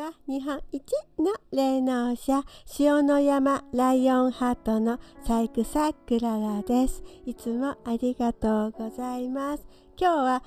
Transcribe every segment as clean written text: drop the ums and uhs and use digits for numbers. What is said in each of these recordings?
は日本一の霊能者、塩の山ライオンハートのサイクサクララです。いつもありがとうございます。今日は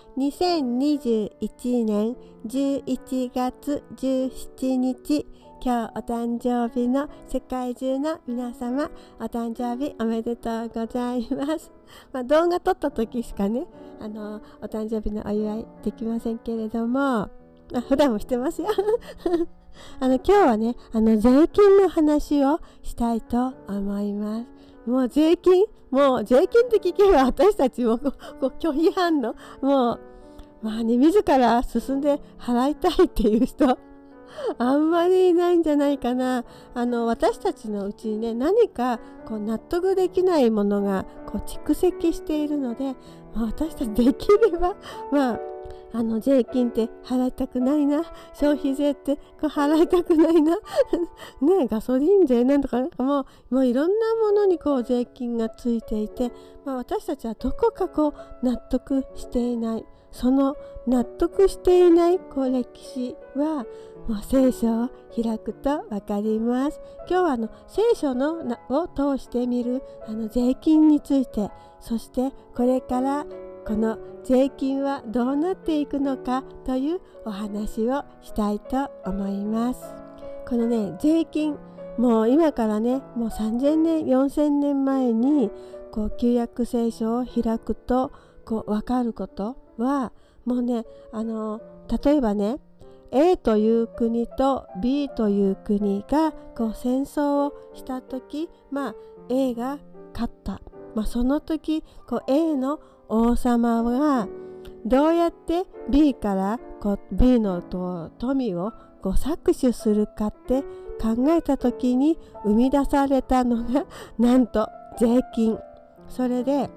2021年11月17日、今日お誕生日の世界中の皆様、お誕生日おめでとうございます。動画撮った時しかね、お誕生日のお祝いできませんけれども、普段もしてますよ今日はね、税金の話をしたいと思います。もう税金って聞けば私たちも拒否反応、自ら進んで払いたいっていう人あんまりいないんじゃないかな。私たちのうちにね、何か納得できないものが蓄積しているので、私たちできれば税金って払いたくないな、消費税って払いたくないなね、ガソリン税なんとかもういろんなものに税金がついていて、私たちはどこか納得していない。その納得していない歴史はもう聖書を開くと分かります。今日は聖書を通してみる税金について、そしてこれからこの税金はどうなっていくのかというお話をしたいと思います。このね、税金、もう今からね、もう3000年4000年前に旧約聖書を開くと分かることは、もうね、例えばね、A という国と B という国が戦争をした時、A が勝った。その時A の王様はどうやって B からB の富を搾取するかって考えた時に生み出されたのがなんと税金。それで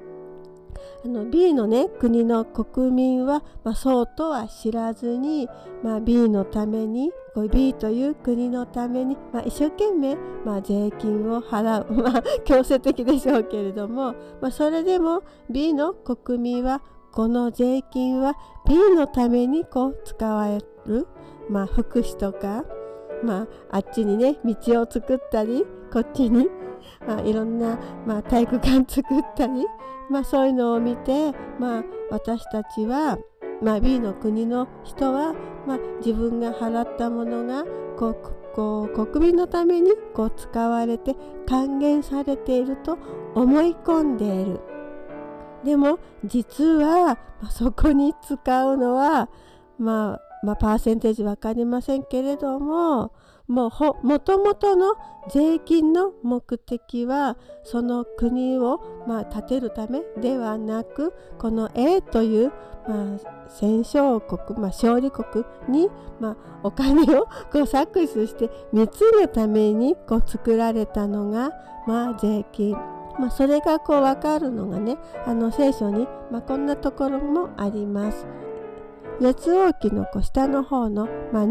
B のね、国の国民は、そうとは知らずに、B のためにB という国のために、一生懸命、税金を払う強制的でしょうけれども、それでも B の国民はこの税金は B のために使われる、福祉とか、あっちにね道を作ったり、こっちにいろんな、体育館作ったり、そういうのを見て、私たちは、B の国の人は、自分が払ったものが国民のために使われて還元されていると思い込んでいる。でも実は、そこに使うのはパーセンテージ分かりませんけれども、もともとの税金の目的はその国を建てるためではなく、この A という戦勝国、勝利国にお金を搾取して貢ぐために作られたのが税金。それが分かるのがね、聖書にこんなところもあります。列王記の下の方の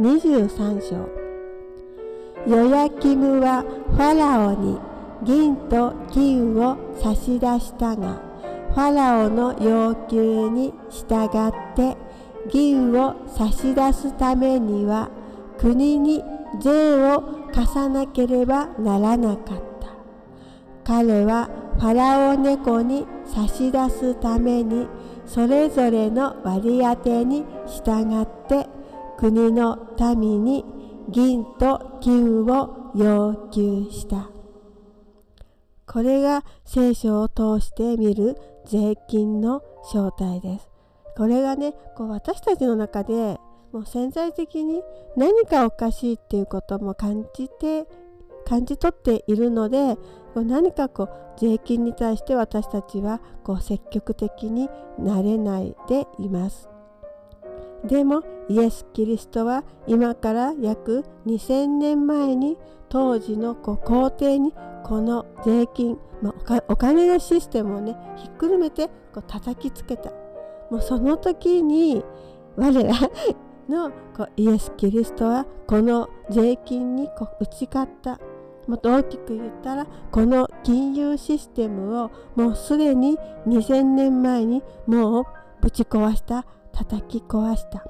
23章。ヨヤキムはファラオに銀と金を差し出したが、ファラオの要求に従って銀を差し出すためには国に税を課さなければならなかった。彼はファラオ猫に差し出すためにそれぞれの割り当てに従って国の民に銀と金を要求した。これが聖書を通して見る税金の正体です。これがね、私たちの中でもう潜在的に何かおかしいっていうことも感じ取っているので、何か税金に対して私たちは積極的になれないでいます。でもイエス・キリストは今から約2000年前に当時の皇帝にこの税金、お金のシステムをねひっくるめて叩きつけた。もうその時に我らのイエス・キリストはこの税金に打ち勝った。もっと大きく言ったら、この金融システムをもうすでに2000年前にもうぶち壊した、叩き壊した。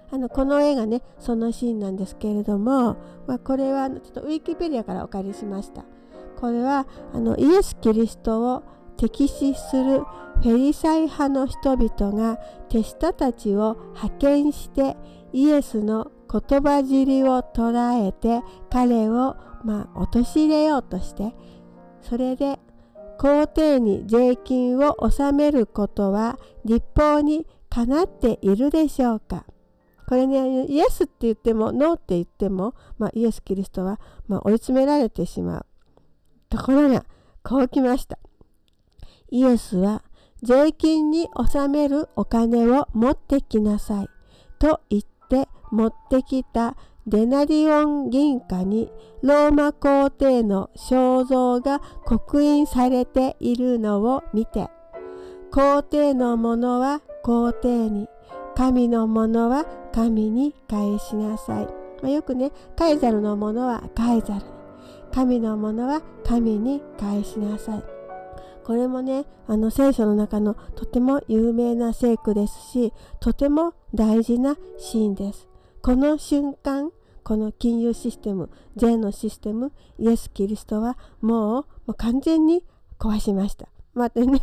この絵がねそのシーンなんですけれども、これはちょっとウィキペディアからお借りしました。これはイエス・キリストを敵視するフェリサイ派の人々が手下たちを派遣してイエスの言葉尻を捉えて彼を陥れようとして、それで皇帝に税金を納めることは律法にかなっているでしょうか。これね、イエスって言ってもノーって言っても、イエス・キリストは追い詰められてしまう。ところがこうきました。イエスは税金に納めるお金を持ってきなさいと言って持ってきたデナリオン銀貨にローマ皇帝の肖像が刻印されているのを見て、皇帝のものは皇帝に、神のものは神に返しなさい。よくね、カイザルのものはカイザルに、神のものは神に返しなさい。これもね、聖書の中のとても有名な聖句ですし、とても大事なシーンです。この瞬間、この金融システム、税のシステム、イエス・キリストはもう完全に壊しました。待ってね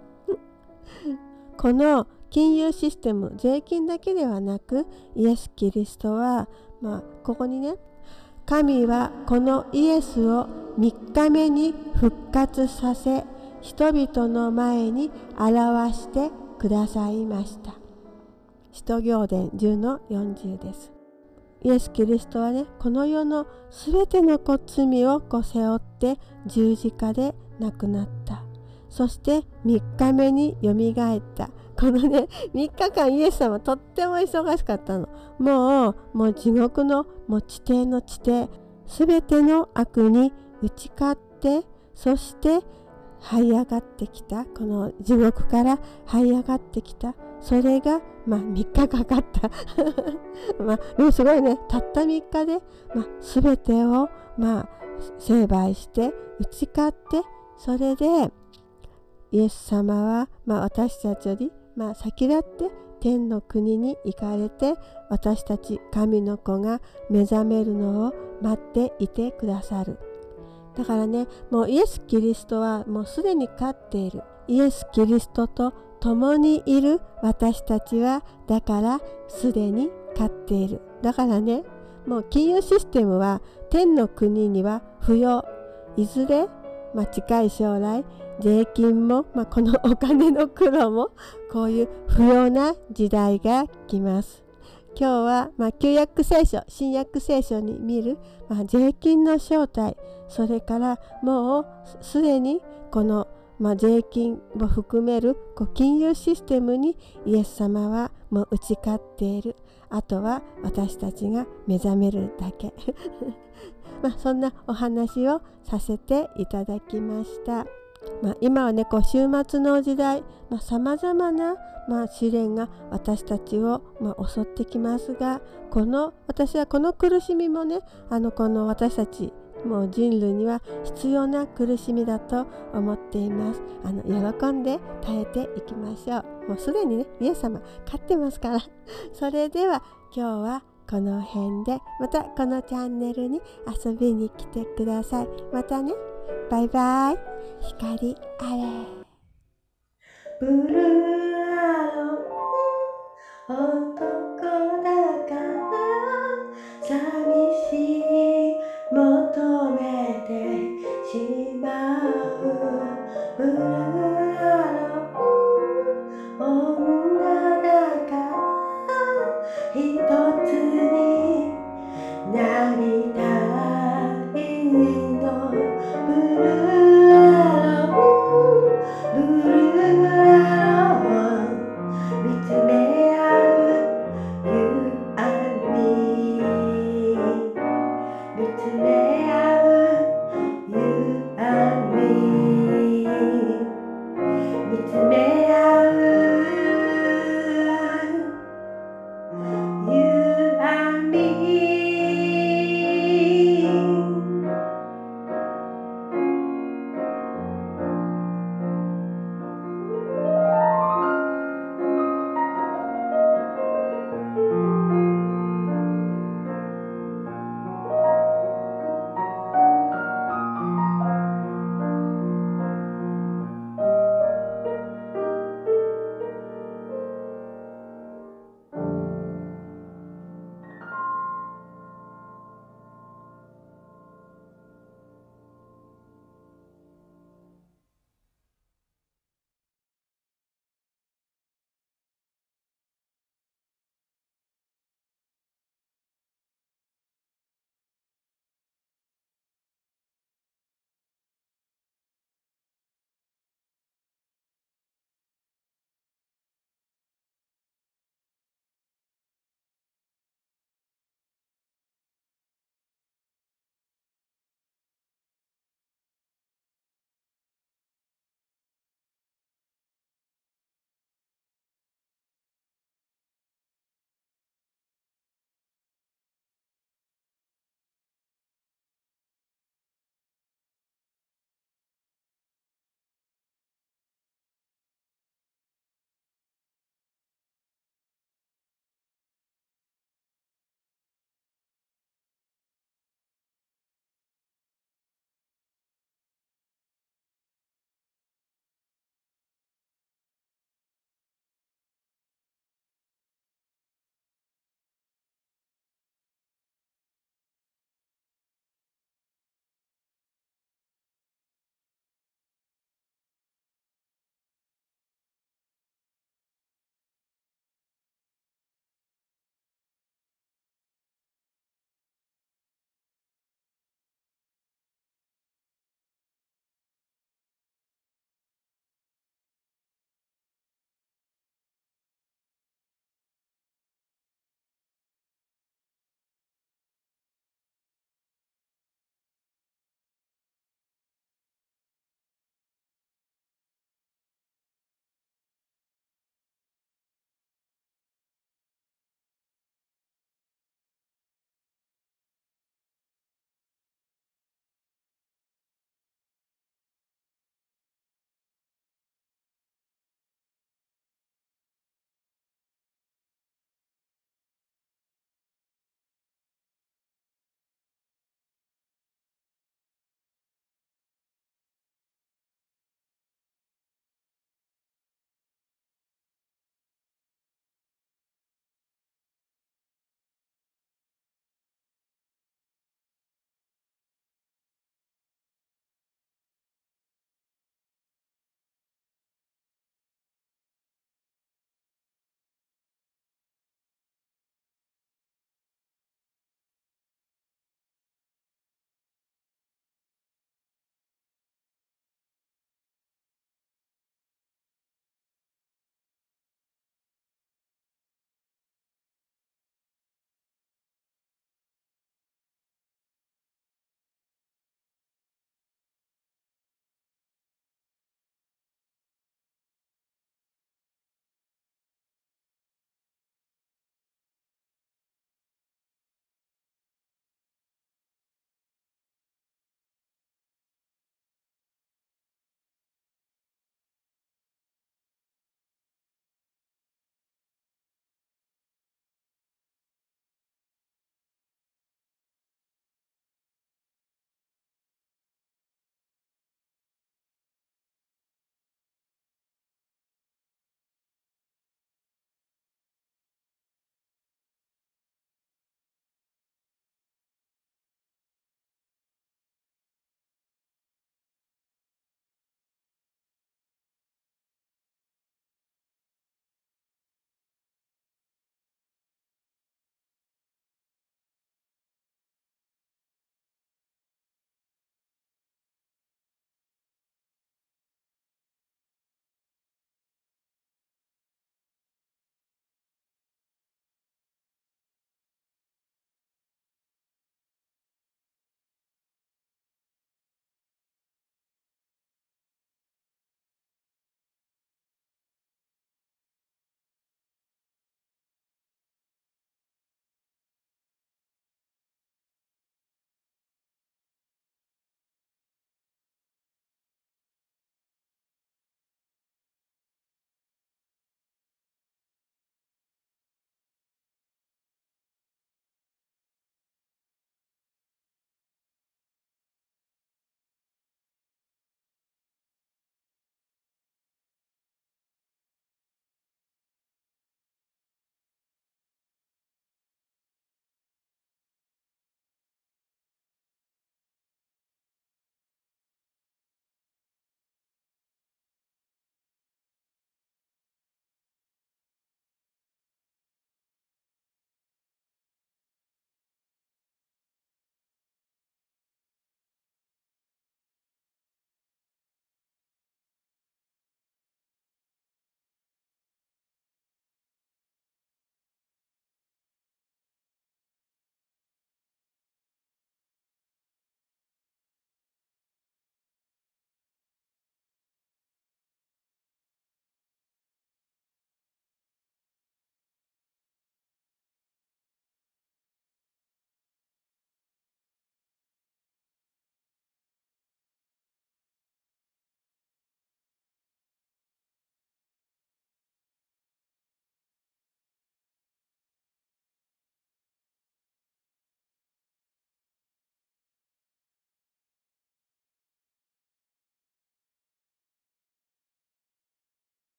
この金融システム、税金だけではなく、イエス・キリストは、ここにね、神はこのイエスを3日目に復活させ、人々の前に表してくださいました。使徒行伝10-40です。イエス・キリストはね、この世のすべての罪を背負って十字架で亡くなった。そして3日目によみがえった。このね、3日間イエス様とっても忙しかったの。もう地獄の地底の地底、すべての悪に打ち勝って、そして這い上がってきた。この地獄から這い上がってきた。それが3日かかったでもすごいね、たった3日ですべてを成敗して打ち勝って、それでイエス様は私たちより先立って天の国に行かれて、私たち神の子が目覚めるのを待っていてくださる。だからね、もうイエス・キリストはもうすでに勝っている。イエス・キリストと共にいる私たちは、だからすでに勝っている。だからね、もう金融システムは天の国には不要。いずれ、近い将来、税金も、このお金の苦も、こういう不要な時代が来ます。今日は、旧約聖書、新約聖書に見る、税金の正体、それからもうすでにこの、税金を含める金融システムにイエス様はもう打ち勝っている。あとは私たちが目覚めるだけそんなお話をさせていただきました。今はね、終末の時代、さまざまな、試練が私たちを、襲ってきますが、私はこの苦しみもね、この私たちもう人類には必要な苦しみだと思っています。喜んで耐えていきましょう。もうすでにね、イエス様勝ってますからそれでは今日はこの辺で、またこのチャンネルに遊びに来てください。またね、バイバイ。光あれ。ブルーアロー